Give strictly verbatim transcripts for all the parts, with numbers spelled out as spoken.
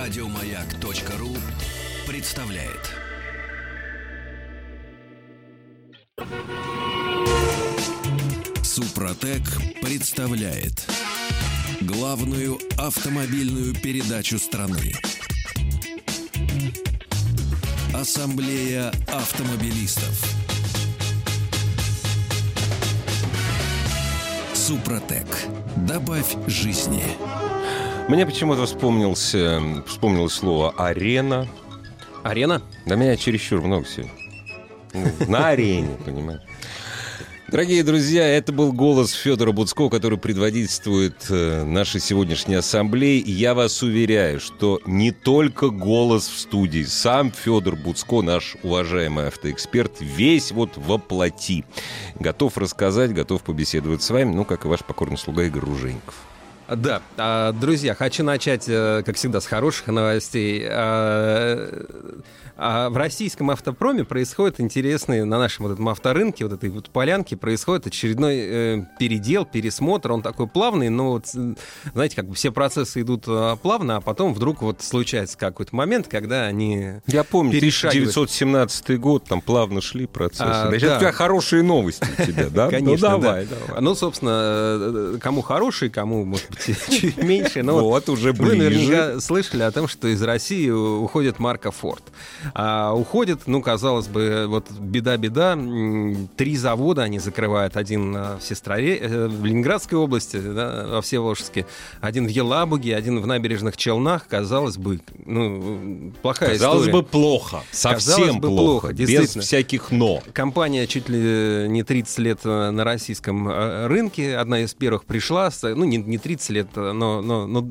Радиомаяк.ру представляет. Супротек представляет главную автомобильную передачу страны. Ассамблея автомобилистов. Супротек. Добавь жизни. Мне почему-то вспомнился, вспомнилось слово «арена». Арена? Да меня чересчур много сегодня. На арене, понимаете. Дорогие друзья, это был голос Федора Буцко, который предводительствует э, нашей сегодняшней ассамблее. И я вас уверяю, что не только голос в студии, сам Федор Буцко, наш уважаемый автоэксперт, весь вот воплоти. Готов рассказать, готов побеседовать с вами, ну, как и ваш покорный слуга Игорь Ружейников. Да, друзья, хочу начать, как всегда, с хороших новостей. В российском автопроме происходит интересный, на нашем вот этом авторынке, вот этой вот полянке, происходит очередной э, передел, пересмотр. Он такой плавный, но, вот, знаете, как бы все процессы идут плавно, а потом вдруг вот случается какой-то момент, когда они Я помню, перешагивают. тысяча девятьсот семнадцатый год, там плавно шли процессы. А, Значит, да. у тебя хорошие новости у тебя, да? Конечно, ну, давай, да. давай. Ну, собственно, кому хорошие, кому, может быть, чуть меньше. Но вот, уже вы ближе. наверняка слышали о том, что из России уходит марка Ford. А уходит, ну, казалось бы, вот беда-беда. Три завода они закрывают. Один в Сестрове, в Ленинградской области, да, во Всеволожске. Один в Елабуге, один в Набережных Челнах. Казалось бы, ну, плохая Казалось история. бы, плохо. Совсем Казалось бы, плохо. плохо, без действительно. всяких «но». Компания чуть ли не тридцать лет на российском рынке. Одна из первых пришла. Ну, не, не тридцать лет, но... но, но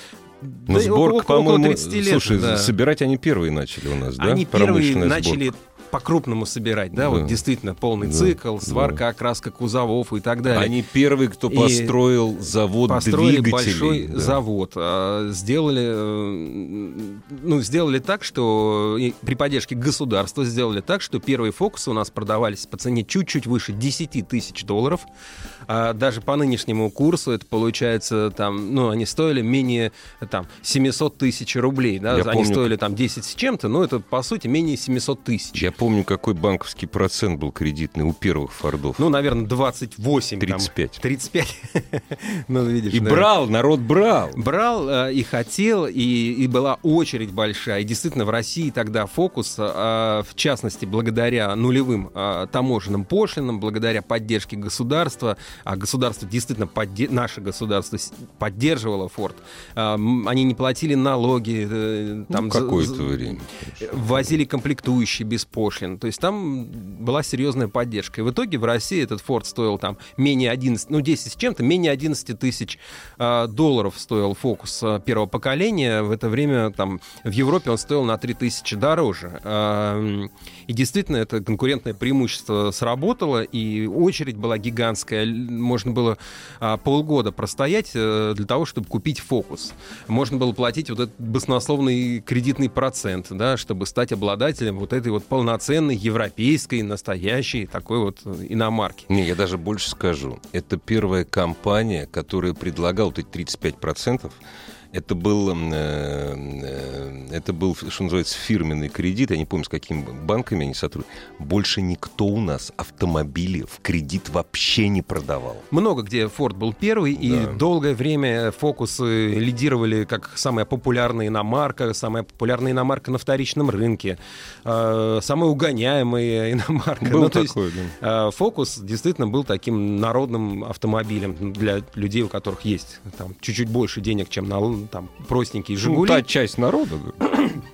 Но да, сборка, около, по-моему, около тридцать лет, слушай, да. собирать они первые начали у нас, да? Они первые Промышленная начали сборка. по-крупному собирать, да, Да. вот действительно полный Да. цикл, сварка, Да. окраска кузовов и так далее. Они первые, кто И построил завод Построили двигателей. большой да. завод, а, сделали, э, ну, сделали так, что и при поддержке государства сделали так, что первые фокусы у нас продавались по цене чуть-чуть выше десять тысяч долларов. А даже по нынешнему курсу это получается, там, ну, они стоили менее там, семьсот тысяч рублей. Да? Я Они помню, стоили там десять с чем-то, но это, по сути, менее семьсот тысяч. Я помню, какой банковский процент был кредитный у первых Фордов. Ну, наверное, двадцать восемь. тридцать пять. Там, тридцать пять. Ну, видишь, И да. брал, народ брал. Брал э, и хотел, и, и была очередь большая. И действительно, в России тогда фокус, э, в частности, благодаря нулевым э, таможенным пошлинам, благодаря поддержке государства, а государство действительно, подде- наше государство с- поддерживало Ford, э, м, они не платили налоги. Э, там, Ну, за- какое-то за- время. Ввозили комплектующие без пошлин. То есть там была серьезная поддержка. И в итоге в России этот Ford стоил там менее одиннадцати, ну десять с чем-то, менее одиннадцати тысяч э, долларов стоил Focus э, первого поколения. В это время там в Европе он стоил на три тысячи дороже. Э, и действительно это конкурентное преимущество сработало, и очередь была гигантская. Можно было э, полгода простоять э, для того, чтобы купить Focus. Можно было платить вот этот баснословный кредитный процент, да, чтобы стать обладателем вот этой вот полноценной европейской, настоящей такой вот иномарки. Не, я даже больше скажу. Это первая компания, которая предлагала вот эти тридцать пять процентов. Это был, э, э, это был, что называется, фирменный кредит. Я не помню, с какими банками они сотрудничали. Больше никто у нас автомобили в кредит вообще не продавал. Много где Ford был первый, Да. и долгое время Фокусы лидировали как самая популярная иномарка, самая популярная иномарка на вторичном рынке, э, самая угоняемая иномарка. Был Ну, то есть, такой, да. э, Фокус действительно был таким народным автомобилем для людей, у которых есть там, чуть-чуть больше денег, чем на там, простенькие Ну, «Жигули». та часть народа. да.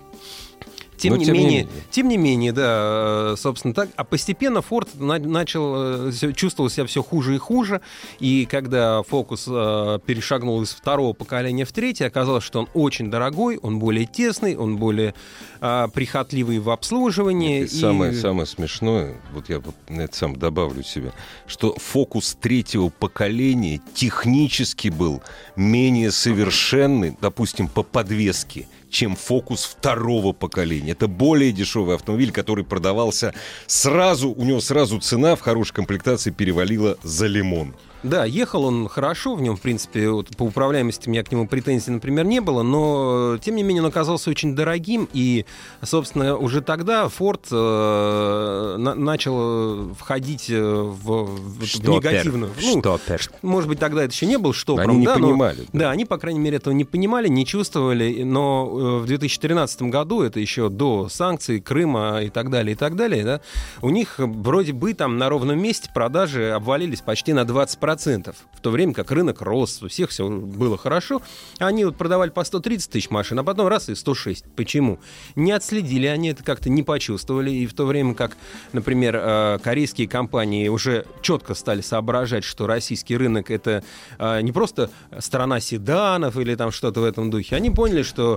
Тем Но не, тем не менее, менее. тем не менее, да, собственно так. А постепенно Ford на- начал э, всё- чувствовал себя все хуже и хуже. И когда Focus э, перешагнул из второго поколения в третье, оказалось, что он очень дорогой, он более тесный, он более э, прихотливый в обслуживании. И и... самое, самое смешное, вот я вот на это сам добавлю себе, что Фокус третьего поколения технически был менее совершенный, допустим, по подвеске, чем Фокус второго поколения. Это более дешевый автомобиль, который продавался сразу, у него сразу цена в хорошей комплектации перевалила за лимон. Да, ехал он хорошо, в нем, в принципе, вот, по управляемости у меня к нему претензий, например, не было, но, тем не менее, он оказался очень дорогим, и, собственно, уже тогда Ford э, на, начал входить в, в, в негативную... Ну, штопер. Может быть, тогда это еще не был штопором. Они не да, понимали. Но, да. да, они, по крайней мере, этого не понимали, не чувствовали, но в две тысячи тринадцатом году, это еще до санкций, Крыма и так далее, и так далее, да, у них вроде бы там на ровном месте продажи обвалились почти на двадцать процентов. В то время как рынок рос, у всех все было хорошо. Они вот продавали по сто тридцать тысяч машин, а потом раз и сто шесть. Почему? Не отследили они это, как-то не почувствовали. И в то время как, например, корейские компании уже четко стали соображать, что российский рынок — это не просто страна седанов или там что-то в этом духе. Они поняли, что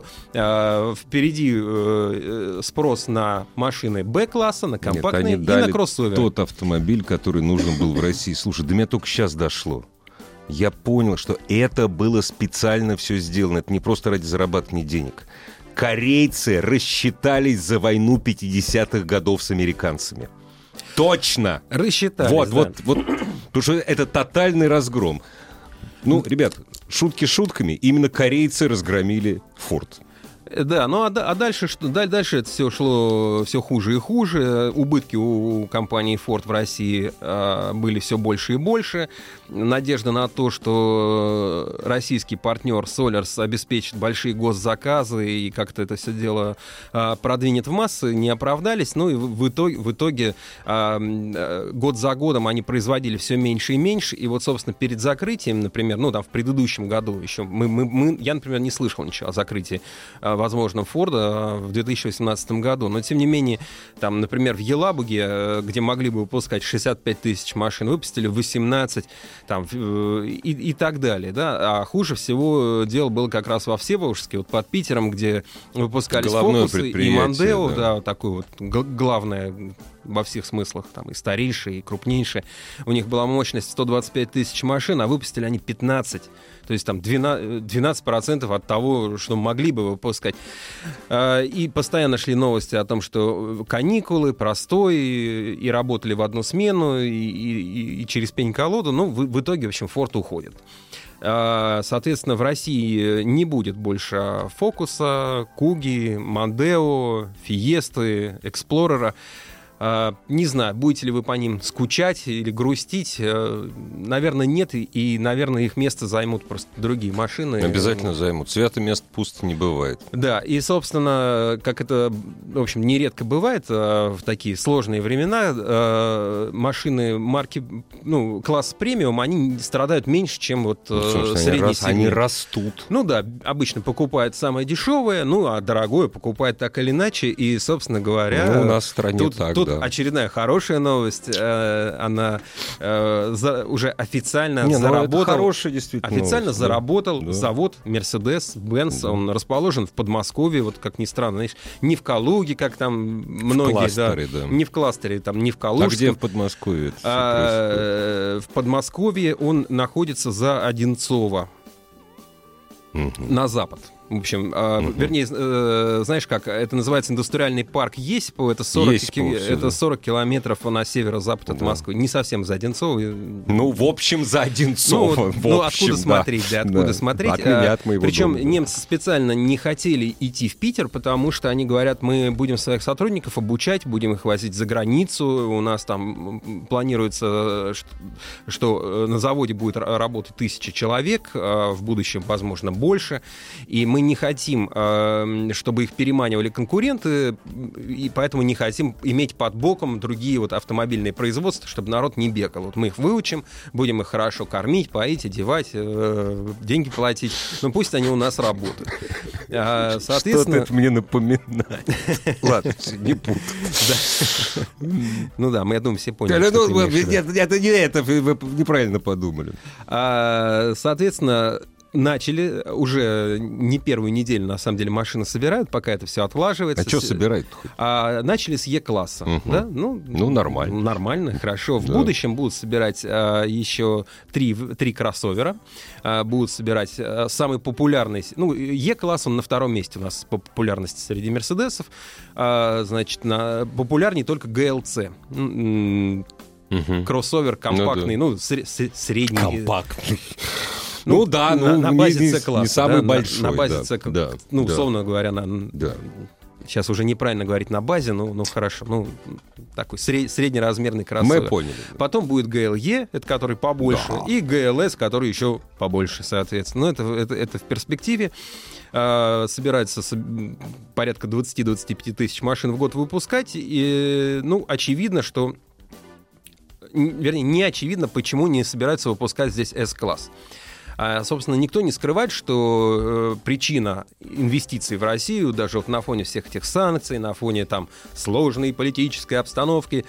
впереди спрос на машины Б-класса, на компактные. Нет, и на кроссоверы. Тот автомобиль, который нужен был в России. Слушай, до меня только сейчас дошло. Я понял, что это было специально все сделано. Это не просто ради зарабатывания денег. Корейцы рассчитались за войну пятидесятых годов с американцами. Точно! Рассчитались, Вот, да. вот, вот. Потому что это тотальный разгром. Ну, ребят, шутки шутками. Именно корейцы разгромили Форд. Да, ну а, а дальше что? Дальше это все шло все хуже и хуже. Убытки у компании Ford в России а, были все больше и больше. Надежда на то, что российский партнер Solers обеспечит большие госзаказы и как-то это все дело а, продвинет в массы, не оправдались. Ну и в, в итоге, в итоге а, год за годом они производили все меньше и меньше. И вот, собственно, перед закрытием, например, ну там в предыдущем году еще мы, мы, мы, я, например, не слышал ничего о закрытии возможно, Форда в две тысячи восемнадцатом году. Но, тем не менее, там, например, в Елабуге, где могли бы выпускать шестьдесят пять тысяч машин, выпустили восемнадцать, там, и, и так далее. Да? А хуже всего дело было как раз во Всеволожске, вот под Питером, где выпускались Головное Фокусы и Мондео, да. да, вот такой вот г- главное во всех смыслах, там, и старейший, и крупнейший. У них была мощность сто двадцать пять тысяч машин, а выпустили они пятнадцать. То есть там двенадцать процентов от того, что могли бы выпускать. И постоянно шли новости о том, что каникулы, простой, и работали в одну смену, и, и, и через пень-колоду. Ну, в, в итоге, в общем, Форд уходит. Соответственно, в России не будет больше Фокуса, Куги, Мондео, Фиесты, Эксплорера. Не знаю, будете ли вы по ним скучать или грустить. Наверное, нет. И, и, наверное, их место займут просто другие машины. Обязательно займут. Свято мест пусто не бывает. Да, и, собственно, как это, в общем, нередко бывает в такие сложные времена, машины марки, ну, класс премиум, они страдают меньше, чем вот ну, средний они, сегмент. Они растут. Ну да, обычно покупают самое дешевое, ну, а дорогое покупают так или иначе. И, собственно говоря... Ну, у нас в стране тут, так, тут да. очередная хорошая новость. Э, она э, за, уже официально Не, заработал. Ну, хорошая, действительно, официально новость, заработал да. завод Mercedes-Benz. Да. Он расположен в Подмосковье, вот как ни странно, знаешь, не в Калуге, как там многие, в кластере, да, да. не в кластере, там, не в Калужском. А где в Подмосковье это а, в Подмосковье он находится за Одинцово, угу. на запад. В общем, э, угу. вернее, э, знаешь как, это называется индустриальный парк Есипово, это сорок, Есипово, ки- это сорок километров на северо-запад от да. Москвы, не совсем за Одинцово. Ну, в общем, за Одинцово. Ну, в ну общем, откуда да. смотреть, да, откуда да. смотреть. От меня, от моего Причем дома. немцы специально не хотели идти в Питер, потому что они говорят, мы будем своих сотрудников обучать, будем их возить за границу, у нас там планируется, что, что на заводе будет работать тысяча человек, в будущем, возможно, больше, и мы не хотим, чтобы их переманивали конкуренты, и поэтому не хотим иметь под боком другие вот автомобильные производства, чтобы народ не бегал. Вот мы их выучим, будем их хорошо кормить, поить, одевать, деньги платить. Ну пусть они у нас работают. Соответственно... Что-то это мне напоминает. Ладно, не путай. Ну да, мы, я думаю, все поняли, что ты имеешь в виду. Это не это, вы неправильно подумали. Соответственно, начали, уже не первую неделю, на самом деле, машины собирают, пока это все отлаживается. А что собирают-то хоть? А, начали с Е-класса. Угу. Да? Ну, ну, нормально. Нормально, хорошо. В да. будущем будут собирать а, еще три, три кроссовера. А, будут собирать а, самый популярный... Ну, Е-класс, он на втором месте у нас по популярности среди мерседесов. А, значит, на, популярнее только ГЛЦ. Угу. Кроссовер компактный, ну, да. ну сре- средний. Компактный. Ну, ну да, ну, на, на базе не, C-класса. Не самый да, большой. На, на базе да, C, да, ну, да. условно говоря, на... Да. Сейчас уже неправильно говорить на базе, но ну хорошо, ну такой сред, среднеразмерный кроссовер. Мы поняли. Потом будет джи эл и, это который побольше, да. и джи эл эс, который еще побольше, соответственно. Но это, это, это в перспективе. А, собирается с, порядка двадцать-двадцать пять тысяч машин в год выпускать. И, ну, очевидно, что... Вернее, не очевидно, почему не собираются выпускать здесь S-класс. А, собственно, никто не скрывает, что э, причина инвестиций в Россию, даже вот на фоне всех этих санкций, на фоне там сложной политической обстановки,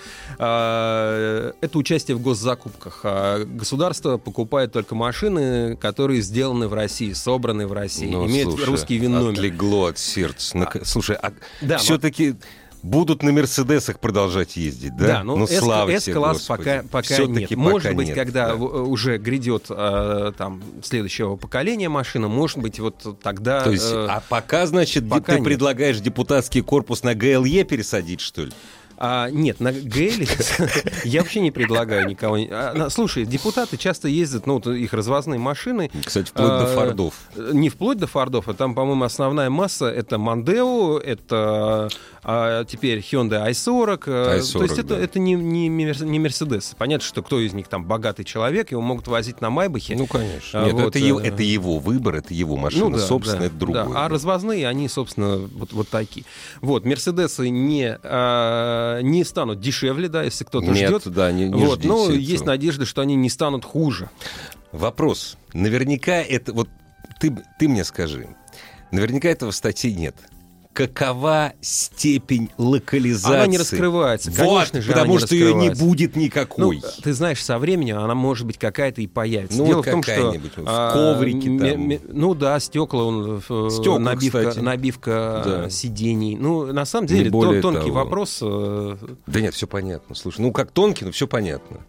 э, это участие в госзакупках. А государство покупает только машины, которые сделаны в России, собраны в России, ну, имеют слушай, русский ВИН-номер. Отлегло от сердца. А, слушай, а да, все-таки... Будут на «Мерседесах» продолжать ездить, да? Да, ну, ну слава тебе, S-класс пока, пока нет. Пока может быть, нет, когда да. уже грядет э, там, следующего поколения машина, может быть, вот тогда... То есть, э, а пока, значит, пока ты нет. предлагаешь депутатский корпус на джи эл и пересадить, что ли? А, нет, на джи эл я вообще не предлагаю никого. А, слушай, депутаты часто ездят, ну, вот их развозные машины. Кстати, вплоть а, до фордов. Не вплоть до фордов, а там, по-моему, основная масса — это Мондео, это а, теперь Hyundai ай сорок. ай сорок, То есть это, да. это не, не, не Мерседес. Понятно, что кто из них там богатый человек, его могут возить на Майбахе. Ну, конечно. А, нет, вот, это, его, это его выбор, это его машина. Ну, да, собственно, да, это другое. Да. А развозные, они, собственно, вот, вот такие. Вот, Мерседесы не... А, не станут дешевле, да, если кто-то Нет, ждет. Да, не, не вот, но этого. есть надежда, что они не станут хуже. Вопрос. Наверняка это... Вот ты, ты мне скажи. Наверняка этого в статье нет. Какова степень локализации? Она не раскрывается. Вот, конечно же, потому она что не ее не будет никакой. Ну, ты знаешь, со временем она, может быть, какая-то и появится. Ну, Дело вот в том, что в коврике а, там. М- ну да, стекла, он, стекла, набивка, кстати. набивка да. сидений. Ну, на самом деле, тон, тонкий того. вопрос. Да нет, все понятно. Слушай, ну как тонкий, но все понятно.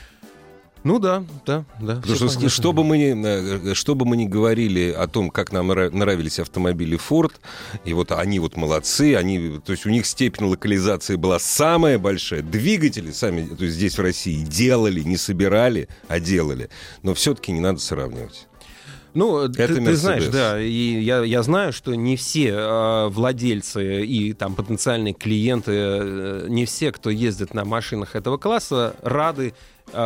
Ну да, да, да. Потому что, что бы мы ни, что бы мы ни говорили о том, как нам нравились автомобили Ford, и вот они вот молодцы, они, то есть у них степень локализации была самая большая. Двигатели сами, то есть здесь в России делали, не собирали, а делали. Но все-таки не надо сравнивать. Ну, ты, ты знаешь, да, и я, я знаю, что не все э, владельцы и там потенциальные клиенты, э, не все, кто ездит на машинах этого класса, рады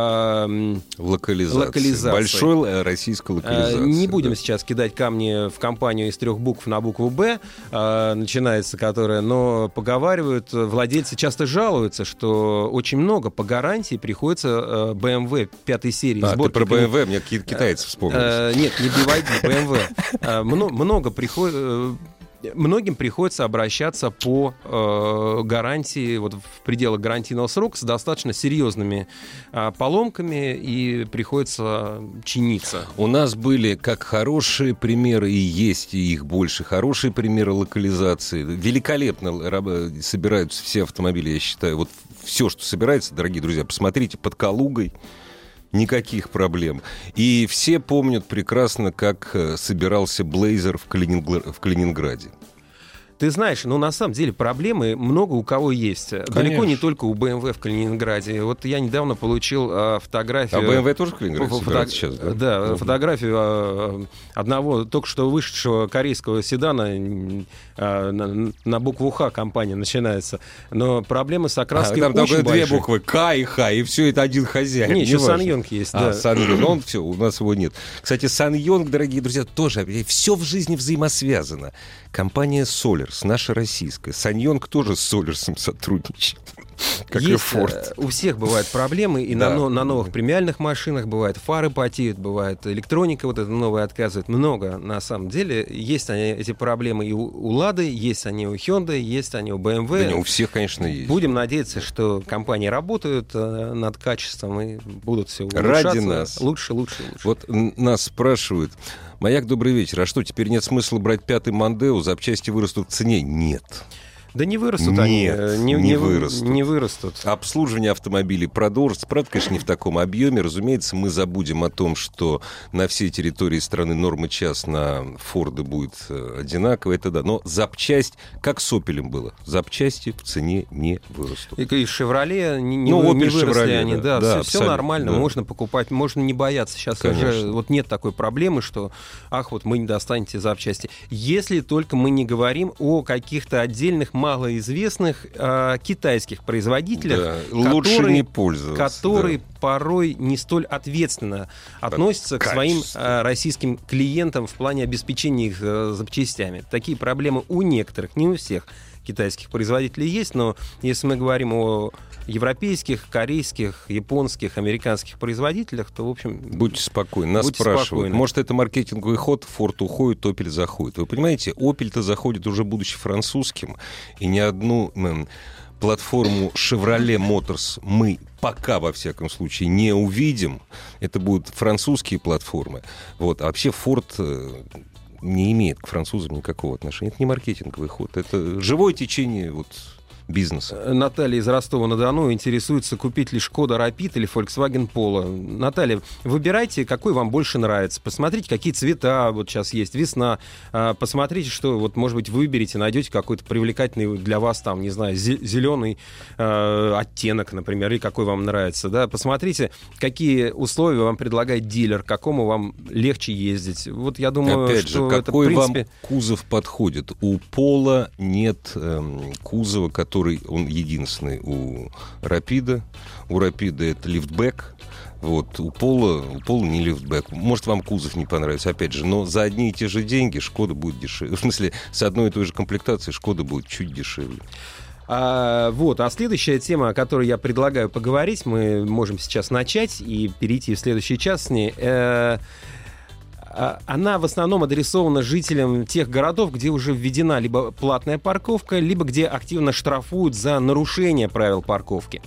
э, локализации. локализации. Большой российской локализации. Э, не будем да. сейчас кидать камни в компанию из трех букв на букву «Б», э, начинается которая, но поговаривают, владельцы часто жалуются, что очень много по гарантии приходится э, бэ эм вэ пятой серии. А, сборки ты про бэ эм вэ, мне какие-то китайцы вспомнились. Э, нет, не би вай ди, бэ эм вэ. Э, много, много приходит... Многим приходится обращаться по э, гарантии, вот в пределах гарантийного срока, с достаточно серьезными э, поломками, и приходится чиниться. У нас были как хорошие примеры, и есть и их больше, хорошие примеры локализации. Великолепно собираются все автомобили, я считаю. Вот все, что собирается, дорогие друзья, посмотрите под Калугой. Никаких проблем. И все помнят прекрасно, как собирался Блейзер в, Калинингр... в Калининграде. Ты знаешь, ну, на самом деле проблемы много у кого есть. Конечно. Далеко не только у бэ эм вэ в Калининграде. Вот я недавно получил а, фотографию... А бэ эм вэ тоже в Калининграде фото... собирается сейчас, да? Да, угу. фотографию а, одного только что вышедшего корейского седана, а, на, на букву «Х» компания начинается. Но проблемы с окраской а, там очень две большие. буквы «К» и «Х», и все это один хозяин. Не, не еще важно. Саньонг есть, а, да. Саньонг, он все, у нас его нет. Кстати, Саньонг, дорогие друзья, тоже, все в жизни взаимосвязано. Компания Solers, наша российская. Саньонг тоже с Солерсом сотрудничает, как есть, и Форд. У всех бывают проблемы, и да. на, на новых премиальных машинах бывает фары потеют, бывает электроника вот эта новая отказывает. Много, на самом деле. Есть они, эти проблемы и у, у Лады, есть они у Hyundai, есть они у бэ эм вэ. Да не, у всех, конечно, есть. Будем надеяться, что компании работают э, над качеством и будут все улучшаться. Ради нас. Лучше, лучше, лучше. Вот нас спрашивают: Маяк, добрый вечер. А что, теперь нет смысла брать пятый Мондео? Запчасти вырастут в цене? Нет. Да не вырастут Нет, они. не, Не, не вырастут. Не вырастут. Обслуживание автомобилей продолжится. Правда, конечно, не в таком объеме. Разумеется, мы забудем о том, что на всей территории страны норма час на Форды будет одинаковая. Это да. Но запчасть, как с Опелем было, запчасти в цене не вырастут. И, и «Шевроле» не, не, ну, вы, Opel, не выросли Chevrolet, они. Да, Да, да, все, все нормально, да. Можно покупать, можно не бояться. Сейчас Конечно. уже вот нет такой проблемы, что ах, вот мы не достанете запчасти. Если только мы не говорим о каких-то отдельных малоизвестных э, китайских производителях, Да, которые, лучше не пользоваться. которые да. порой не столь ответственно относятся к своим э, российским клиентам в плане обеспечения их э, запчастями. Такие проблемы у некоторых, не у всех китайских производителей есть, но если мы говорим о европейских, корейских, японских, американских производителях, то, в общем... Будьте спокойны. Нас будьте спрашивают, спокойны. Может, это маркетинговый ход, Форд уходит, Opel заходит. Вы понимаете, Opel-то заходит уже будучи французским, и ни одну м, платформу Chevrolet Motors мы пока, во всяком случае, не увидим. Это будут французские платформы. Вот. А вообще Ford... не имеет к французам никакого отношения. Это не маркетинговый ход. Это живое течение вот, бизнеса. Наталья из Ростова-на-Дону интересуется, купить ли Шкода Rapid или Volkswagen Polo. Наталья, выбирайте, какой вам больше нравится. Посмотрите, какие цвета вот сейчас есть. Весна. Посмотрите, что, вот, может быть, выберете, найдете какой-то привлекательный для вас, там, не знаю, зеленый э, оттенок, например, и какой вам нравится. Да? Посмотрите, какие условия вам предлагает дилер, к какому вам легче ездить. Вот я думаю, Опять что же, это, какой в принципе... вам кузов подходит? У Пола нет эм, кузова, который он единственный у Рапида. У Рапида это лифтбэк. Вот. У Пола, у Пола не лифтбэк. Может, вам кузов не понравится, опять же, но за одни и те же деньги Шкода будет дешевле. В смысле, с одной и той же комплектацией Шкода будет чуть дешевле. А, вот, а следующая тема, о которой я предлагаю поговорить, мы можем сейчас начать и перейти в следующий час с ней. Э- Она в основном адресована жителям тех городов, где уже введена либо платная парковка, либо где активно штрафуют за нарушение правил парковки.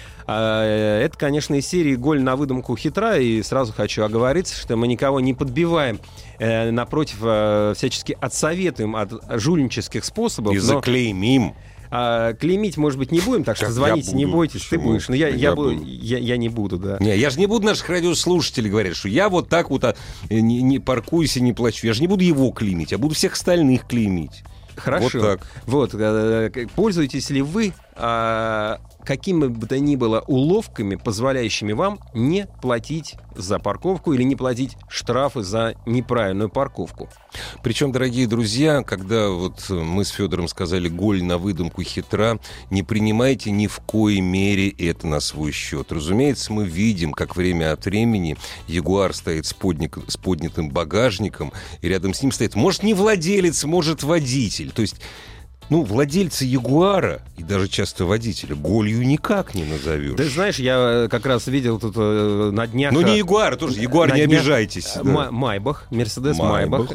Это, конечно, из серии «Голь на выдумку хитра», и сразу хочу оговориться, что мы никого не подбиваем, напротив, всячески отсоветуем от жульнических способов. И заклеймим. А, клеймить, может быть, не будем, так что как звоните, буду, не бойтесь, почему? ты будешь. Но я, я, Я буду, буду. я, я не буду, да. Не, я же не буду наших радиослушателей говорить, что я вот так вот а, не, не паркуюсь и не плачу. Я же не буду его клеймить, я буду всех остальных клеймить. Хорошо. Вот так. Вот, э, пользуетесь ли вы э, какими бы то ни было уловками, позволяющими вам не платить за парковку или не платить штрафы за неправильную парковку? Причем, дорогие друзья, когда вот мы с Федором сказали «голь на выдумку хитра», не принимайте ни в коей мере это на свой счет. Разумеется, мы видим, как время от времени Ягуар стоит с, подник, с поднятым багажником, и рядом с ним стоит, может, не владелец, может, водитель. То есть... Ну, владельца Ягуара и даже часто водителя голью никак не назовешь. Ты знаешь, я как раз видел тут э, на днях... Ну, не Ягуар, тоже Ягуар, не днях, обижайтесь. Да. Майбах, Мерседес Майбах,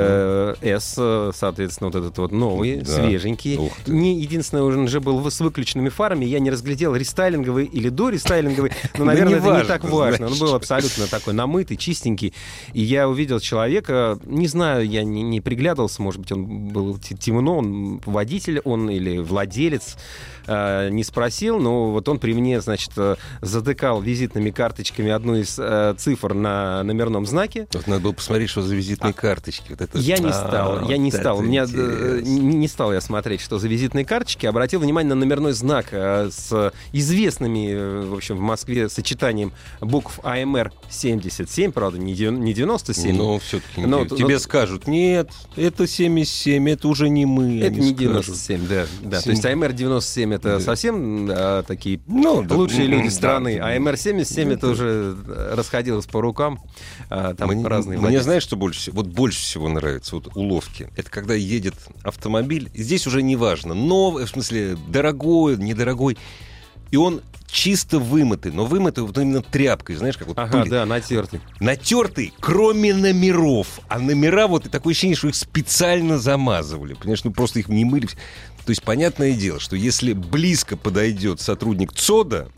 С, соответственно, вот этот вот новый, да. свеженький. Не, единственное, он же был с выключенными фарами, я не разглядел, рестайлинговый или дорестайлинговый, но, наверное, это не так важно. Он был абсолютно такой намытый, чистенький. И я увидел человека, не знаю, я не, не приглядывался, может быть, он был темно, он водитель, водитель он или владелец, э, не спросил, но вот он при мне, значит, затыкал визитными карточками одну из э, цифр на номерном знаке. Вот надо было посмотреть, что за визитные а, карточки. Вот это... Я не стал, а, я не вот стал. У меня э, не, не стал я смотреть, что за визитные карточки. Обратил внимание на номерной знак э, с известными, э, в общем, в Москве сочетанием букв А М Р семьдесят семь, правда, не девяносто семь. Но все-таки но, тебе но... скажут, нет, это семьдесят семь, это уже не мы. Это не девяносто семь, да. да. То есть А М Р девяносто семь это да. совсем а, такие ну, лучшие да, люди да, страны, да. А М Р семьдесят семь да, это да. уже расходилось по рукам. А, там мне, разные мне знаешь, что больше всего? Вот больше всего нравится, вот уловки. Это когда едет автомобиль, здесь уже не важно, новый, в смысле, дорогой, недорогой, и он чисто вымытый, но вымытый вот именно тряпкой, знаешь, как вот ага, пыль. да, натертый. Натертый, кроме номеров. А номера, вот и такое ощущение, что их специально замазывали. Понимаешь, ну просто их не мыли. То есть, понятное дело, что если близко подойдет сотрудник ЦОДа,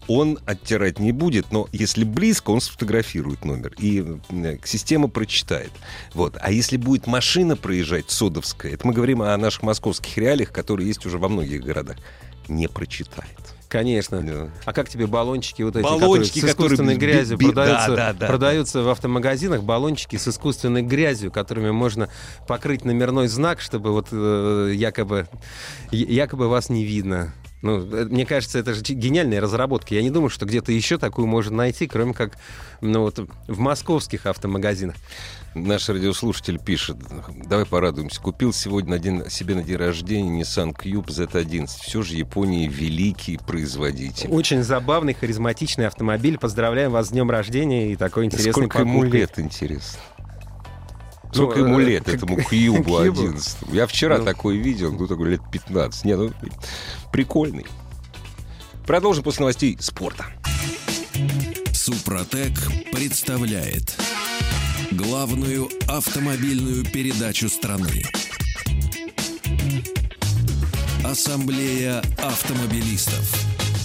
он оттирать не будет, но если близко, он сфотографирует номер, и система прочитает. Вот. А если будет машина проезжать содовская, это мы говорим о наших московских реалиях, которые есть уже во многих городах, не прочитает. Конечно. Да. А как тебе баллончики вот эти, баллончики, которые с искусственной которые... грязью би- продаются, да, да, да, продаются в автомагазинах, баллончики с искусственной грязью, которыми можно покрыть номерной знак, чтобы вот э, якобы, якобы вас не видно. Ну, мне кажется, это же гениальная разработка. Я не думаю, что где-то еще такую можно найти, кроме как ну, вот, в московских автомагазинах. Наш радиослушатель пишет: давай порадуемся. Купил сегодня на день, себе на день рождения Nissan Cube зет одиннадцать. Все же Япония великий производитель. Очень забавный, харизматичный автомобиль. Поздравляем вас с днем рождения и такой интересной Сколько покупкой. ему лет, интересно? Сколько Ну, ему э, лет, как- этому Кьюбу Кьюбу? одиннадцатому? Я вчера Ну. такой видел, ну, такой лет пятнадцать. Не, ну, прикольный. Продолжим после новостей спорта. Супротек представляет главную автомобильную передачу страны. Ассамблея автомобилистов.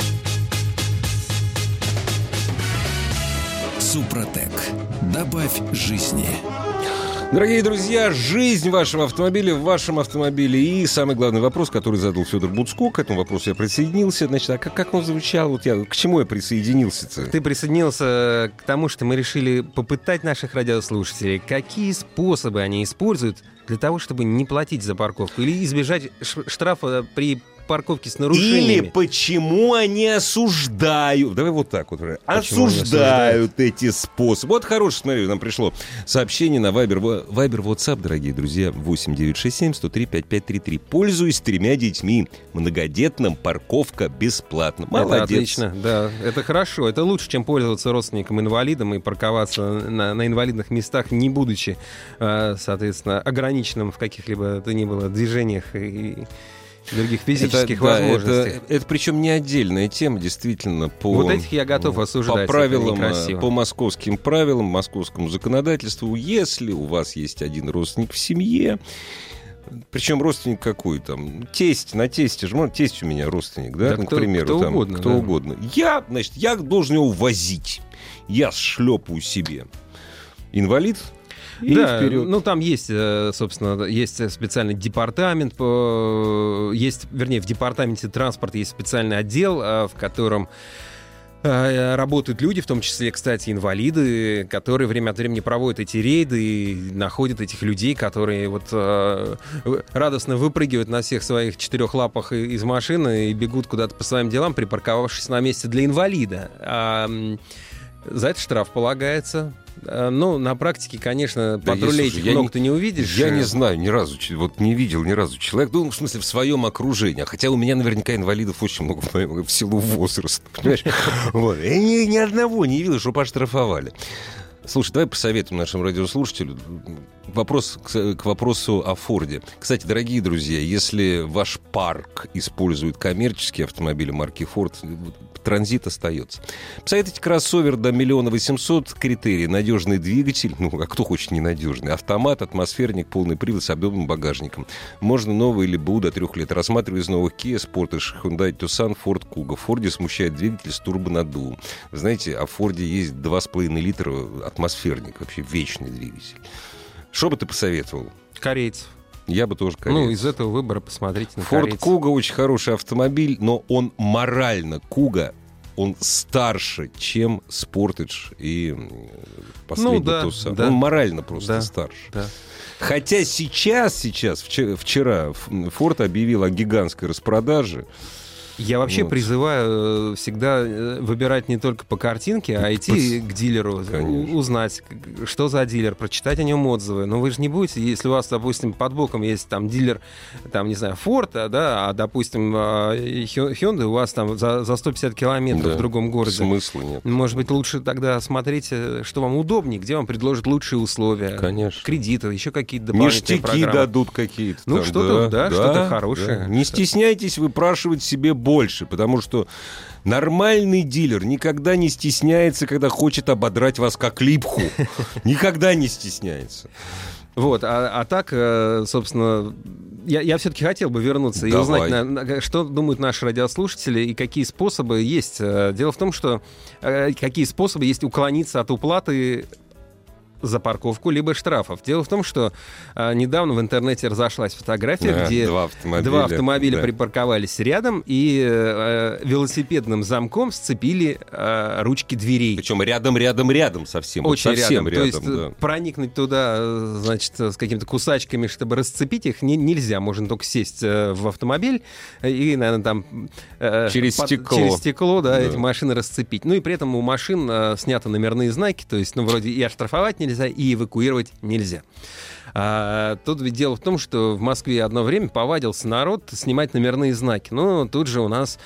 Супротек. Добавь жизни. Дорогие друзья, жизнь вашего автомобиля в вашем автомобиле. И самый главный вопрос, который задал Федор Буцко, к этому вопросу я присоединился. Значит, а как, как он звучал? Вот я, к чему я присоединился-то? Ты присоединился к тому, что мы решили попытать наших радиослушателей, какие способы они используют для того, чтобы не платить за парковку или избежать ш- штрафа при парковке с нарушениями. Или почему они осуждают? Давай вот так вот. Почему они Осуждают эти способы. Вот хорошее, смотри, нам пришло сообщение на Viber. Viber, WhatsApp, дорогие друзья, восемь девятьсот шестьдесят семь сто три пятьдесят пять тридцать три. Пользуюсь тремя детьми. Многодетным парковка бесплатна. Молодец. Это отлично, да. Это хорошо. Это лучше, чем пользоваться родственникам-инвалидам и парковаться на, на инвалидных местах, не будучи, э, соответственно, ограниченным в каких-либо то ни было движениях и других физических это, да, возможностей. это, это причем не отдельная тема, действительно. По, Вот этих я готов осуждать. По правилам, это некрасиво. по московским правилам, московскому законодательству, если у вас есть один родственник в семье, причем родственник какой там? Тесть, на тесте же, может, тесть у меня родственник, да, Да ну, кто- к примеру. кто там, угодно, кто да. угодно. Я, значит, я должен его возить. Я шлепаю себе. Инвалид? И да, вперед. ну там есть, э, собственно, есть специальный департамент, по- есть, вернее, в департаменте транспорта есть специальный отдел, э, в котором э, работают люди, в том числе, кстати, инвалиды, которые время от времени проводят эти рейды и находят этих людей, которые вот э, радостно выпрыгивают на всех своих четырех лапах и- из машины и бегут куда-то по своим делам, припарковавшись на месте для инвалида. А, м, за это штраф полагается. А, Ну, на практике, конечно, Да, патрулей я, слушай, этих я много не- ты не увидишь. Я не знаю ни разу, ч- вот не видел ни разу человека, ну, в смысле, в своем окружении. Хотя у меня наверняка инвалидов очень много в, моем- в силу возраста, понимаешь? Вот. Я ни, ни одного не видел, что поштрафовали. Слушай, давай посоветуем нашим радиослушателю вопрос к, к вопросу о Форде. Кстати, дорогие друзья, если ваш парк использует коммерческие автомобили марки Ford, транзит остается. Посоветуйте кроссовер до миллиона восемьсот. Критерии: надежный двигатель, ну, а кто хочет ненадежный? Автомат, атмосферник, полный привод с объемным багажником. Можно новый или БУ до трех лет. Рассматривая из новых Kia, Sportage, Hyundai Tucson, Ford Kuga. В Форде смущает двигатель с турбонаддувом. Вы знаете, а в Форде есть два с половиной литра атмосферник, вообще вечный двигатель. Что бы ты посоветовал? Корейцев. Я бы тоже корейцев. Ну, из этого выбора посмотрите на Ford корейцев. Kuga очень хороший автомобиль, но он морально, Kuga, он старше, чем Sportage и м, последний Ну, да, Tucson. да. Он морально просто Да, старше. да. Хотя сейчас, сейчас, вчера, вчера Ford объявил о гигантской распродаже. Я вообще Вот. призываю э, всегда э, выбирать не только по картинке, а идти к дилеру, Конечно. у- узнать, к- что за дилер, прочитать о нем отзывы. Но вы же не будете, если у вас, допустим, под боком есть там дилер, там, не знаю, Ford, да, а, допустим, э, Хё- Hyundai у вас там за, за сто пятьдесят километров Да. в другом городе. Смысла нет. Может быть, лучше тогда смотреть, э, что вам удобнее, где вам предложат лучшие условия. Конечно. Кредиты, еще какие-то дополнительные Ништяки программы. дадут какие-то. Ну, там, что-то, да, что-то хорошее. да. Не стесняйтесь выпрашивать себе больше, потому что нормальный дилер никогда не стесняется, когда хочет ободрать вас как липху. Никогда не стесняется. Вот, а, а так, собственно, я, я все-таки хотел бы вернуться и Давай. узнать, на, на, что думают наши радиослушатели и какие способы есть. Дело в том, что какие способы есть уклониться от уплаты за парковку, либо штрафов. Дело в том, что а, недавно в интернете разошлась фотография, А, где два автомобиля, два автомобиля да. припарковались рядом и а, велосипедным замком сцепили а, ручки дверей. Причем рядом-рядом-рядом совсем. Очень вот совсем рядом. рядом. То есть да. проникнуть туда, значит, с какими-то кусачками, чтобы расцепить их, не, нельзя. Можно только сесть э, в автомобиль и, наверное, там... Э, Через под, стекло. Через стекло, да, Да. эти машины расцепить. Ну и при этом у машин э, сняты номерные знаки, то есть, ну, вроде и оштрафовать нельзя, и эвакуировать нельзя. А, тут ведь дело в том, что в Москве одно время повадился народ снимать номерные знаки. Но тут же у нас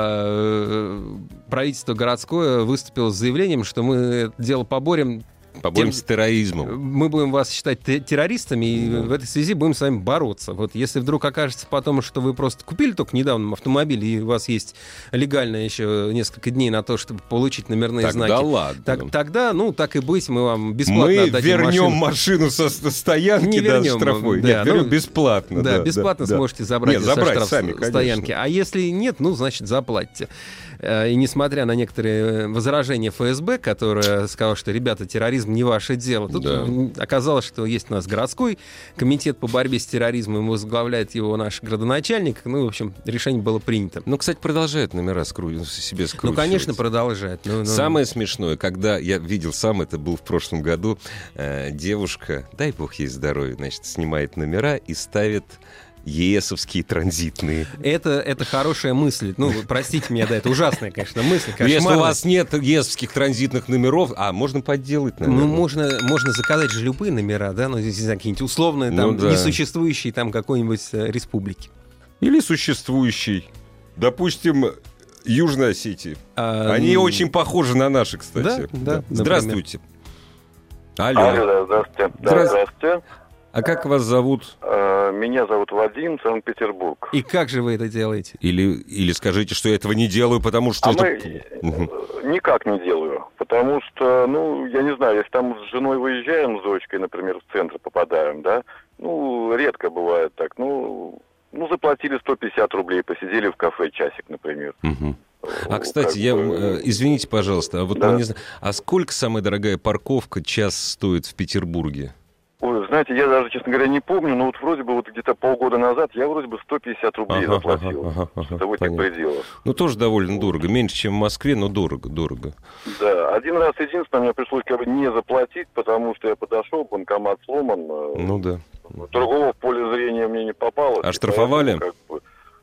э, правительство городское выступило с заявлением, что мы это дело поборем. Поборемся Тем- терроризмом. Мы будем вас считать те- террористами, и Да. в этой связи будем с вами бороться. Вот если вдруг окажется потом, что вы просто купили только недавно автомобиль, и у вас есть легально еще несколько дней на то, чтобы получить номерные Тогда знаки, ладно. так, тогда, ну, так и быть, мы вам бесплатно Мы отдадим вернем машину. машину со ст- стоянки, Не да, вернем, штрафой. да, Нет, вернем ну, бесплатно. Да, да, бесплатно да, сможете забрать Нет, со забрать штраф сами, с- стоянки. конечно. А если нет, ну, значит, заплатите. Э, И несмотря на некоторые возражения эф эс бэ, которая сказала, что, ребята, терроризм не ваше дело, тут Да. оказалось, что есть у нас городской комитет по борьбе с терроризмом, возглавляет его наш градоначальник. Ну, в общем, решение было принято. Ну, кстати, продолжает номера скру... себе Ну, скручивать. конечно, продолжает. Ну, ну, Самое смешное, когда я видел сам, это был в прошлом году, э, девушка, дай бог ей здоровья, значит, снимает номера и ставит ЕСовские транзитные. Это, это хорошая мысль. Ну, простите меня, да, это ужасная, конечно, мысль. Если у кошмарная. вас нет ЕСовских транзитных номеров, а, можно подделать, наверное. Ну, можно, можно заказать же любые номера, да, ну, здесь, не знаю, какие-нибудь условные, Ну там, да. несуществующие там какой-нибудь э, республики. Или существующий. Допустим, Южной Осетии. А, Они м, очень похожи на наши, кстати. Да, да, например. Здравствуйте. Алло. Алло, да, здравствуйте. Да, Здравствуйте. здравствуйте. А как вас зовут? Э, Меня зовут Вадим, Санкт-Петербург. И как же вы это делаете? Или, или скажите, что я этого не делаю, потому что... А это- мы Мгм. э, никак не делаю, потому что, ну, я не знаю, если там с женой выезжаем, с дочкой, например, в центр попадаем, да, ну, редко бывает так, ну, ну, заплатили сто пятьдесят рублей, посидели в кафе часик, например. Мгм. А, Ну, кстати, как я, бы, э, извините, пожалуйста, а вот Да. мы не знаем, а сколько самая дорогая парковка час стоит в Петербурге? Ой, знаете, я даже, честно говоря, не помню, но вот вроде бы вот где-то полгода назад я вроде бы сто пятьдесят рублей Ага, заплатил. ага, ага, Это в этих понятно. пределах. Ну, тоже довольно дорого. Меньше, чем в Москве, но дорого, дорого. Да, один раз единственное, мне пришлось как бы не заплатить, потому что я подошел, банкомат сломан. э, Ну да. Другого в поле зрения мне не попало. А штрафовали? Как бы,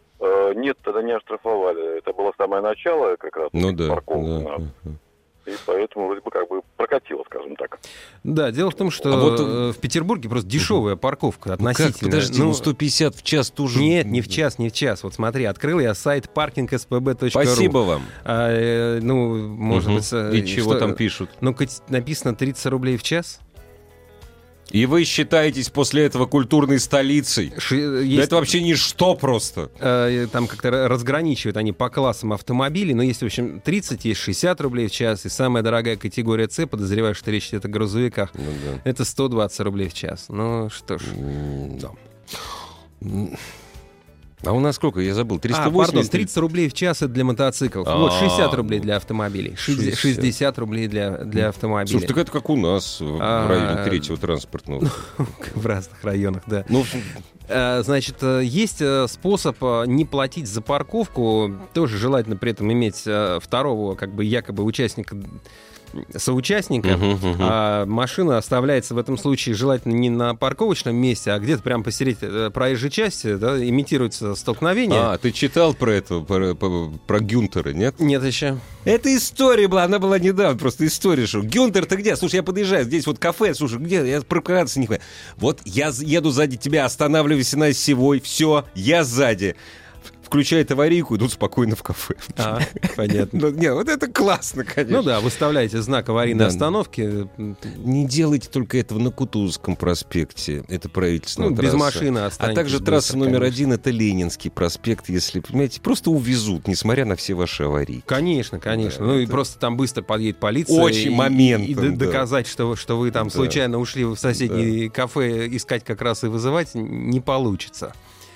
э, нет, тогда не оштрафовали. Это было самое начало как раз. Ну да. парковки да, у нас. да. И поэтому вроде бы как бы прокатило, скажем так. Да, дело в том, что А вот- э, в Петербурге просто дешевая парковка Ну относительно. как, подожди, ну, сто пятьдесят в час тоже... Нет, не в час, не в час. Вот смотри, открыл я сайт паркинг эс пэ бэ точка ру. Спасибо вам. А, э, ну, может Мгм. быть... э, И чего что- там пишут? Ну, хоть написано тридцать рублей в час. И вы считаетесь после этого культурной столицей? Ши- Да есть, это вообще ничто просто. э, там как-то ра- разграничивают они по классам автомобилей, но есть, в общем, тридцать, есть шестьдесят рублей в час, и самая дорогая категория С, подозреваю, что речь идет о грузовиках, Ну да. это сто двадцать рублей в час. Ну, что ж. М, да. М. А у нас сколько? Я забыл. триста А, восемьдесят? пардон, тридцать рублей в час это для мотоциклов. А, Вот, шестьдесят рублей ну, для автомобилей. шестьдесят, шестьдесят. шестьдесят рублей для, для автомобилей. Слушай, так это как у нас в А, районе третьего транспортного. В разных районах, да. Ну, Э, Значит, э, есть э, способ э, не платить за парковку. Тоже желательно при этом иметь э, второго, как бы, якобы участника, соучастника. мгм, мгм. А машина оставляется в этом случае желательно не на парковочном месте, а где-то прямо посередине э, проезжей части, да, имитируется столкновение. А, ты читал про это, про, про- про Гюнтера, нет? Нет еще. Это история была, она была недавно, просто история, что Гюнтер, ты где? Слушай, я подъезжаю, здесь вот кафе, слушай, где? Я парковаться не хватит. Вот я з- еду сзади тебя, останавливайся на осевой, все, я сзади. включает аварийку, идут спокойно в кафе. А, понятно. Ну, не, вот это классно, конечно. Ну да, выставляете знак аварийной Да. остановки. Не делайте только этого на Кутузовском проспекте. Это правительственная Ну, трасса. без машины А останетесь также быстро, трасса номер конечно. один — это Ленинский проспект, если, понимаете, просто увезут, несмотря на все ваши аварии. Конечно, конечно. Да, ну и это- просто там быстро подъедет полиция. Очень и, моментом, И, д- да. доказать, что, вы- что вы там Да. случайно ушли в соседнее кафе, искать как раз и вызывать не получится.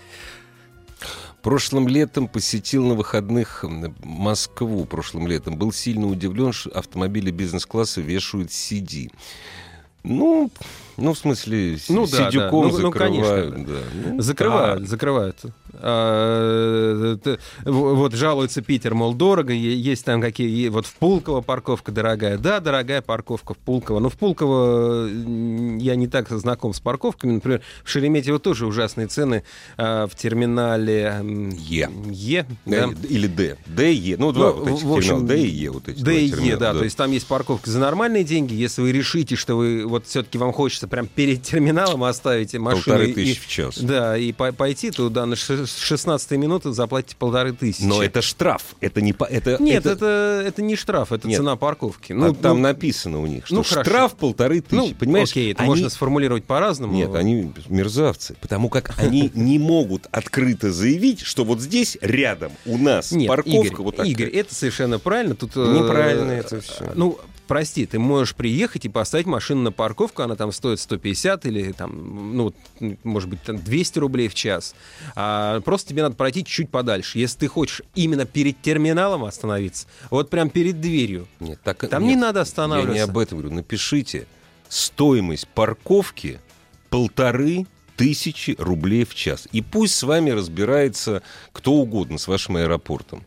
Прошлым летом посетил на выходных Москву. Прошлым летом был сильно удивлен, что автомобили бизнес-класса вешают си ди. Ну, ну, в смысле, с- Ну да, сидюком да. Ну, ну, закрывают. конечно. да. Ну, Закрывают, так. закрывают. А, т- в- вот жалуется Питер, мол, дорого, е- есть там какие... е- Вот в Пулково парковка дорогая. Да, дорогая парковка в Пулково. Но в Пулково м, я не так знаком с парковками. Например, в Шереметьево тоже ужасные цены а, в терминале м, Е. Е. Э, да. Или Д. Д и Е. Ну, два Ну, вот этих в общем, терминала. Д и Е. Вот эти Да два и Е, терминала, да, то есть там есть парковка за нормальные деньги. Если вы решите, что вы вот все-таки вам хочется прям перед терминалом оставите машину Полторы и- тысячи в час. да, и по- пойти туда на ш- шестнадцатой минуты заплатите полторы тысячи. Но это штраф. Это не... по- Это, Нет, это... это, это не штраф, это Нет. цена парковки. Ну, там ну, написано у них, что ну, хорошо. штраф полторы тысячи. ну, Понимаешь? окей, это Они- можно сформулировать по-разному. Нет, они мерзавцы. Потому как они не могут открыто заявить, что вот здесь рядом у нас Нет, парковка Игорь, вот такая. Игорь, это совершенно правильно. Тут, э, Неправильно это всё. Ну, прости, ты можешь приехать и поставить машину на парковку, она там стоит сто пятьдесят или там, ну, может быть, там двести рублей в час. А просто тебе надо пройти чуть-чуть подальше. Если ты хочешь именно перед терминалом остановиться, вот прям перед дверью, Нет, так, там нет, не надо я останавливаться. не об этом говорю. Напишите стоимость парковки полторы тысячи рублей в час. И пусть с вами разбирается кто угодно с вашим аэропортом.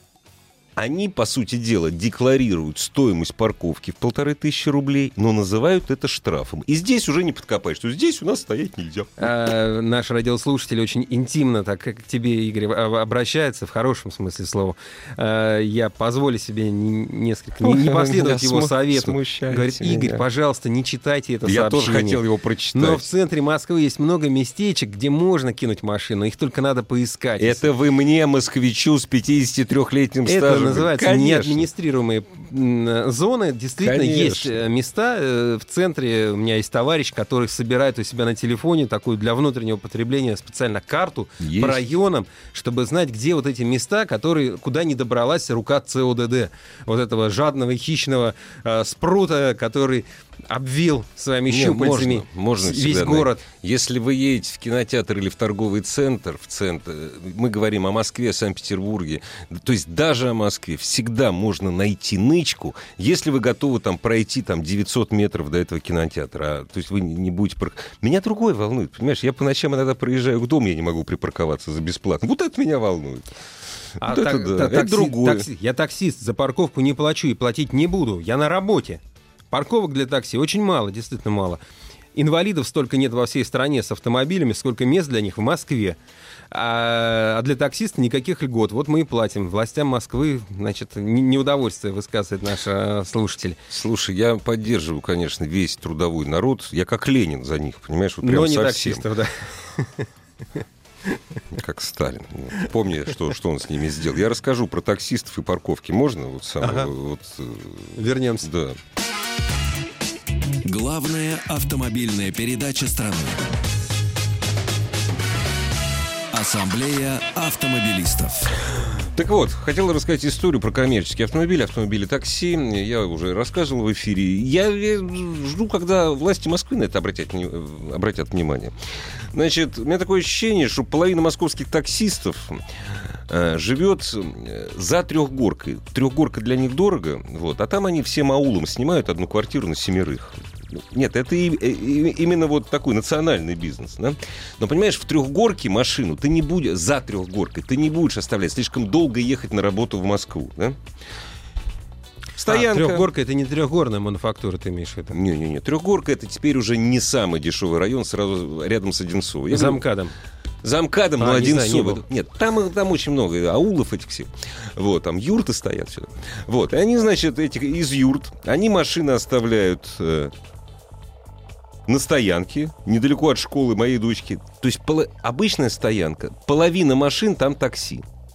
Они, по сути дела, декларируют стоимость парковки в полторы тысячи рублей, но называют это штрафом. И здесь уже не подкопаешь, что здесь у нас стоять нельзя. А, наш радиослушатель очень интимно так к тебе, Игорь, а- обращается, в хорошем смысле слова. А, я позволю себе не- несколько, не, не последовать Меня его сму- совету. смущаете Говорит, меня. Игорь, пожалуйста, не читайте это Я сообщение. тоже хотел его прочитать. Но в центре Москвы есть много местечек, где можно кинуть машину, их только надо поискать. Это вы мне, москвичу с пятидесятитрёхлетним Это стажем. называется Конечно. неадминистрируемые м, зоны. Действительно, Конечно. есть э, места э, в центре. У меня есть товарищ, который собирает у себя на телефоне такую для внутреннего потребления специально карту Есть. по районам, чтобы знать, где вот эти места, которые, куда не добралась рука ЦОДД. Вот этого жадного и хищного э, спрута, который обвил своими Не, щупальцами можно, можно весь всегда город. найти. Если вы едете в кинотеатр или в торговый центр, в центр, мы говорим о Москве, о Санкт-Петербурге, то есть даже о Москве, всегда можно найти нычку, если вы готовы там пройти там девятьсот метров до этого кинотеатра. А, то есть вы не не будете... пар- Меня другое волнует, понимаешь? Я по ночам иногда проезжаю к дому, я не могу припарковаться за бесплатно. Вот это меня волнует. А Вот так- это да, так- это такси- другое. такси- я таксист, за парковку не плачу и платить не буду. Я на работе. Парковок для такси очень мало, действительно мало. Инвалидов столько нет во всей стране с автомобилями, сколько мест для них в Москве. А а для таксиста никаких льгот. Вот мы и платим. Властям Москвы, значит, не- неудовольствие высказывает наш э, слушатель. Слушай, я поддерживаю, конечно, весь трудовой народ. Я как Ленин за них, понимаешь? Вот прям Но не совсем. таксистов, да. Как Сталин. Вот. Помни, что, что он с ними сделал. Я расскажу про таксистов и парковки. Можно? Вот, сам, Ага. вот, э, Вернемся. да. Главная автомобильная передача страны. Ассамблея автомобилистов. Так вот, хотел рассказать историю про коммерческие автомобили, автомобили такси. Я уже рассказывал в эфире. Я э, жду, когда власти Москвы на это обратят, вни- э, обратят внимание. Значит, у меня такое ощущение, что половина московских таксистов э, живет э, за трехгоркой. Трехгорка для них дорого, вот, а там они всем аулом снимают одну квартиру на семерых. Нет, это и, и- именно вот такой национальный бизнес, да? Но, понимаешь, в трехгорке машину ты не будешь, за трехгоркой, ты не будешь оставлять, слишком долго ехать на работу в Москву, да? Стоянка. А, трехгорка — это не трехгорная мануфактура, ты имеешь в виду? Не-не-не, трехгорка — это теперь уже не самый дешевый район, сразу рядом с Одинцово. Я За говорю, МКАДом. За МКАДом, А, но не знаю, не Одинцово. был. Нет, там, там очень много аулов этих всех. Вот, там юрты стоят. Все. Вот, и они, значит, этих, из юрт, они машины оставляют э, на стоянке, недалеко от школы моей дочки. То есть поло- обычная стоянка, половина машин там такси.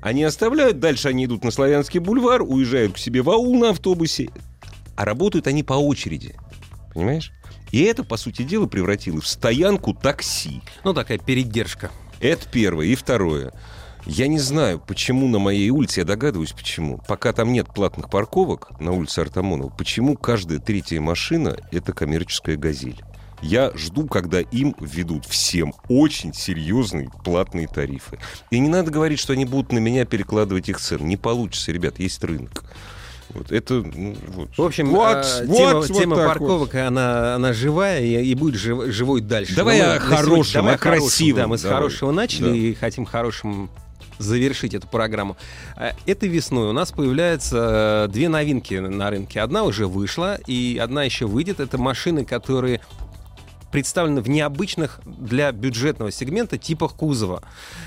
Они оставляют, дальше они идут на Славянский бульвар, уезжают к себе в аул на автобусе, а работают они по очереди. Понимаешь? И это, по сути дела, превратилось в стоянку такси. Ну, такая передержка. Это первое. И второе. Я не знаю, почему на моей улице, я догадываюсь, почему. Пока там нет платных парковок на улице Артамонова, почему каждая третья машина — это коммерческая «Газель». Я жду, когда им введут всем очень серьезные платные тарифы. И не надо говорить, что они будут на меня перекладывать их цены. Не получится, ребят, есть рынок. Вот это, ну, вот. В общем, вот, э, вот, тема, вот тема парковок, вот. она, она живая и, и будет жив, живой дальше. Давай о хорошем, давай о красивом. Да, мы с Давай. хорошего начали Да. и хотим хорошим завершить эту программу. Этой весной у нас появляются две новинки на рынке. Одна уже вышла, и одна еще выйдет. Это машины, которые представлены в необычных для бюджетного сегмента типах кузова.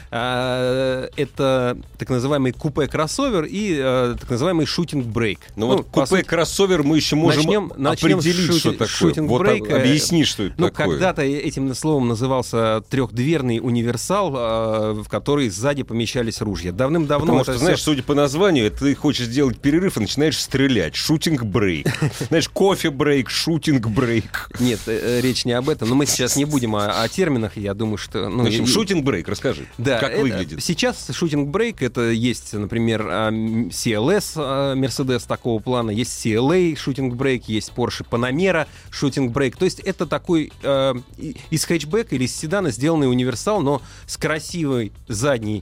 Это так называемый купе-кроссовер и так называемый шутинг-брейк. Ну, ну вот купе-кроссовер мы еще можем начнем, начнем определить, шути- что такое. шутинг-брейк. Вот, объясни, что это ну, такое. Когда-то этим словом назывался трехдверный универсал, в который сзади помещались ружья. Давным-давно... Потому это что, все... знаешь, судя по названию, ты хочешь сделать перерыв и начинаешь стрелять. Шутинг-брейк. Знаешь, кофе-брейк, шутинг-брейк. Нет, речь не об этом. Но мы сейчас не будем о, о терминах. Я думаю, что... Ну, В общем, и... шутинг-брейк, расскажи. Да, как это, выглядит. Сейчас шутинг-брейк, это есть, например, си эл эс, Mercedes такого плана, есть си эл эй шутинг-брейк, есть Porsche Panamera шутинг-брейк. То есть это такой э, из хэтчбека или из седана сделанный универсал, но с красивой задней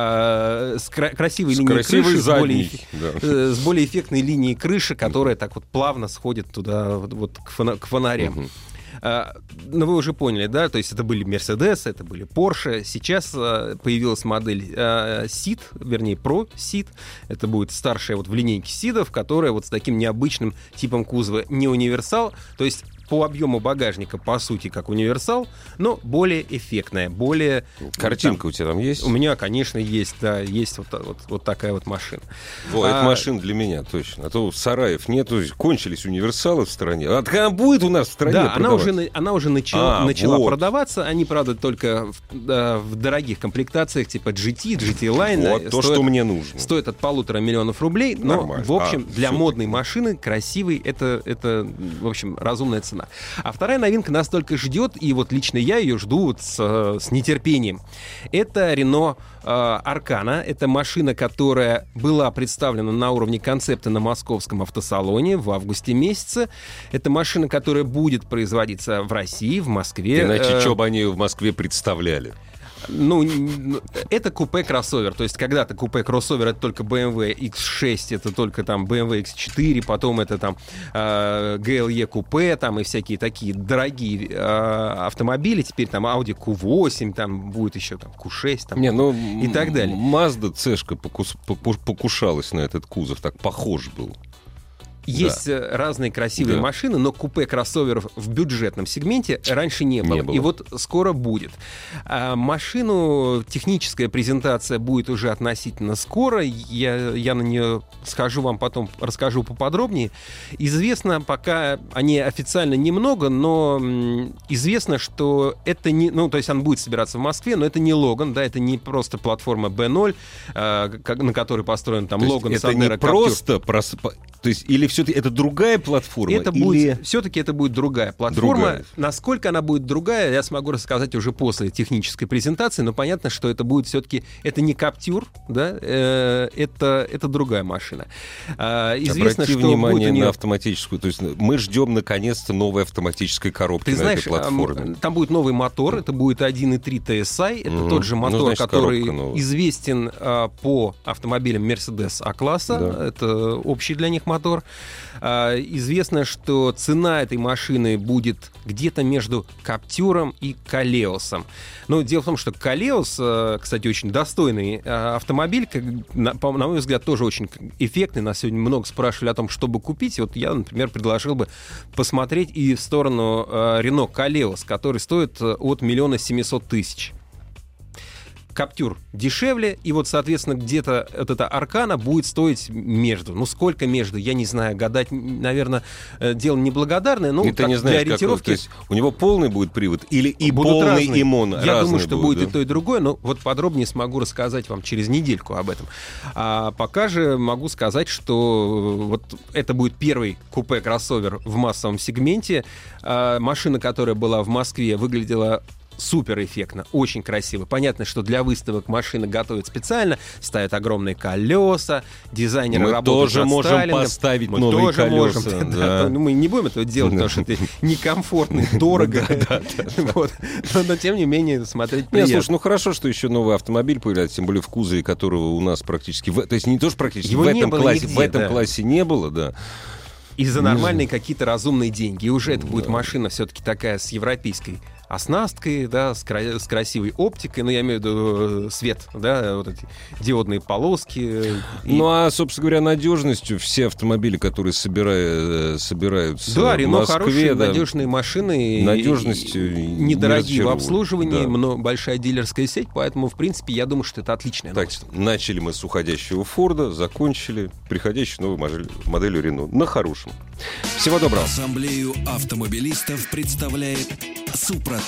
э, с кра- красивой С линией красивой крыши, с более, задней, эфф- да. э, с более эффектной линией крыши, которая так вот плавно сходит туда, вот, вот к, фона- к фонарям. Мгм. Uh, ну, вы уже поняли, да? То есть это были Mercedes, это были Porsche. Сейчас uh, появилась модель uh, Ceed, вернее, Pro Ceed. Это будет старшая вот в линейке Ceed'ов, которая вот с таким необычным типом кузова. Не универсал, то есть по объему багажника, по сути, как универсал, но более эффектная, более... Картинка там, у тебя там есть? У меня, конечно, есть, да, есть вот, вот, вот такая вот машина. О, это А, машина для меня, точно. А то сараев нету, кончились универсалы в стране. А когда будет у нас в стране Да, она продаваться? уже, на- она уже начала, А, начала вот. продаваться. Они, правда, только в, да, в дорогих комплектациях, типа джи ти, джи ти Line. Вот то, что мне нужно. Стоит от полутора миллионов рублей, но, Нормально. в общем, А, для всё-таки. модной машины, красивой, это, это, в общем, разумная цена. А вторая новинка нас только ждет, и вот лично я ее жду вот с, с нетерпением. Это Renault э, Arcana. Это машина, которая была представлена на уровне концепта на московском автосалоне в августе месяце. Это машина, которая будет производиться в России, в Москве. Иначе, Э, что бы они в Москве представляли? Ну, н- это купе-кроссовер. То есть когда-то купе-кроссовер — это только бэ эм вэ икс шесть, это только там бэ эм вэ икс четыре, потом это там э, джи эл и купе, там и всякие такие дорогие э, автомобили. Теперь там Audi кью восемь, там будет еще там кью шесть, там, Не, ну, и так далее. Mazda C-шка покус- поку- покушалась на этот кузов, так похож был. Есть э, разные красивые Да. машины, но купе-кроссоверов в бюджетном сегменте раньше не было. Не было. И вот скоро будет. А машину, техническая презентация будет уже относительно скоро. Я, я на нее схожу, вам потом расскажу поподробнее. Известно пока о ней официально немного, но м, известно, что это не... Ну, то есть он будет собираться в Москве, но это не Логан, да, это не просто платформа би ноль, э, как- на которой построен там То есть Логан, это не Сандеро, Каптюр. просто... прос- по- То есть, или все-таки это другая платформа? Это или... будет, все-таки это будет другая платформа. Другая. Насколько она будет другая, я смогу рассказать уже после технической презентации, но понятно, что это будет все-таки, это не Каптюр, да, э, это, это другая машина. А, известно, Обрати что внимание будет у нее... на автоматическую. То есть мы ждем наконец-то новой автоматической коробки Ты на знаешь, этой платформе. ам, там будет новый мотор, это будет один и три ти эс ай, это Мгм. тот же Ну, мотор, значит, который коробка новая. известен а, по автомобилям Mercedes А-класса, Да. это общий для них мотор. А, известно, что цена этой машины будет где-то между Каптюром и Калеосом. Но дело в том, что Калеос, а, кстати, очень достойный а, автомобиль, как, на, по- на мой взгляд, тоже очень эффектный. Нас сегодня много спрашивали о том, чтобы купить. И вот я, например, предложил бы посмотреть и в сторону а, Renault Калеос, который стоит а, от миллиона семисот тысяч. Каптюр дешевле, и вот, соответственно, где-то вот эта Аркана будет стоить между. Ну, сколько между, я не знаю, гадать, наверное, дело неблагодарное, но ты не знаешь, для ориентировки... Какой, то есть у него полный будет привод или и будут полный, разные. и моно? Я думаю, что будут, будет да? и то, и другое, но вот подробнее смогу рассказать вам через недельку об этом. А пока же могу сказать, что вот это будет первый купе-кроссовер в массовом сегменте. А машина, которая была в Москве, выглядела супер эффектно, очень красиво. Понятно, что для выставок машины готовят специально, ставят огромные колеса, дизайнеры мы работают тоже над можем стайлингом. поставить мы новые тоже колеса. Можем, да. Да, ну, мы не будем этого делать, потому что это некомфортно, дорого. Но тем не менее смотреть приятно. Слушай, ну хорошо, что еще новый автомобиль появляется, тем более в кузове которого у нас практически... То есть не то, что практически, в этом классе в этом классе не было, да. И за нормальные какие-то разумные деньги. И уже это будет машина все-таки такая с европейской оснасткой, да, с, кра- с красивой оптикой, ну, я имею в виду свет, да, вот эти диодные полоски. И... Ну, а, собственно говоря, надежностью все автомобили, которые собирают, собираются да, в Рено Москве... хорошие, да, надежные машины. надежностью недорогие в обслуживании, да. много, большая дилерская сеть, поэтому, в принципе, я думаю, что это отличная так, новость. начали мы с уходящего Форда, закончили приходящей новой модель, моделью Рено. На хорошем. Всего доброго. Ассамблею автомобилистов представляет Супротек.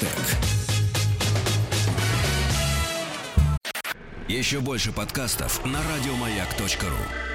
Еще больше подкастов на радиомаяк точка ру.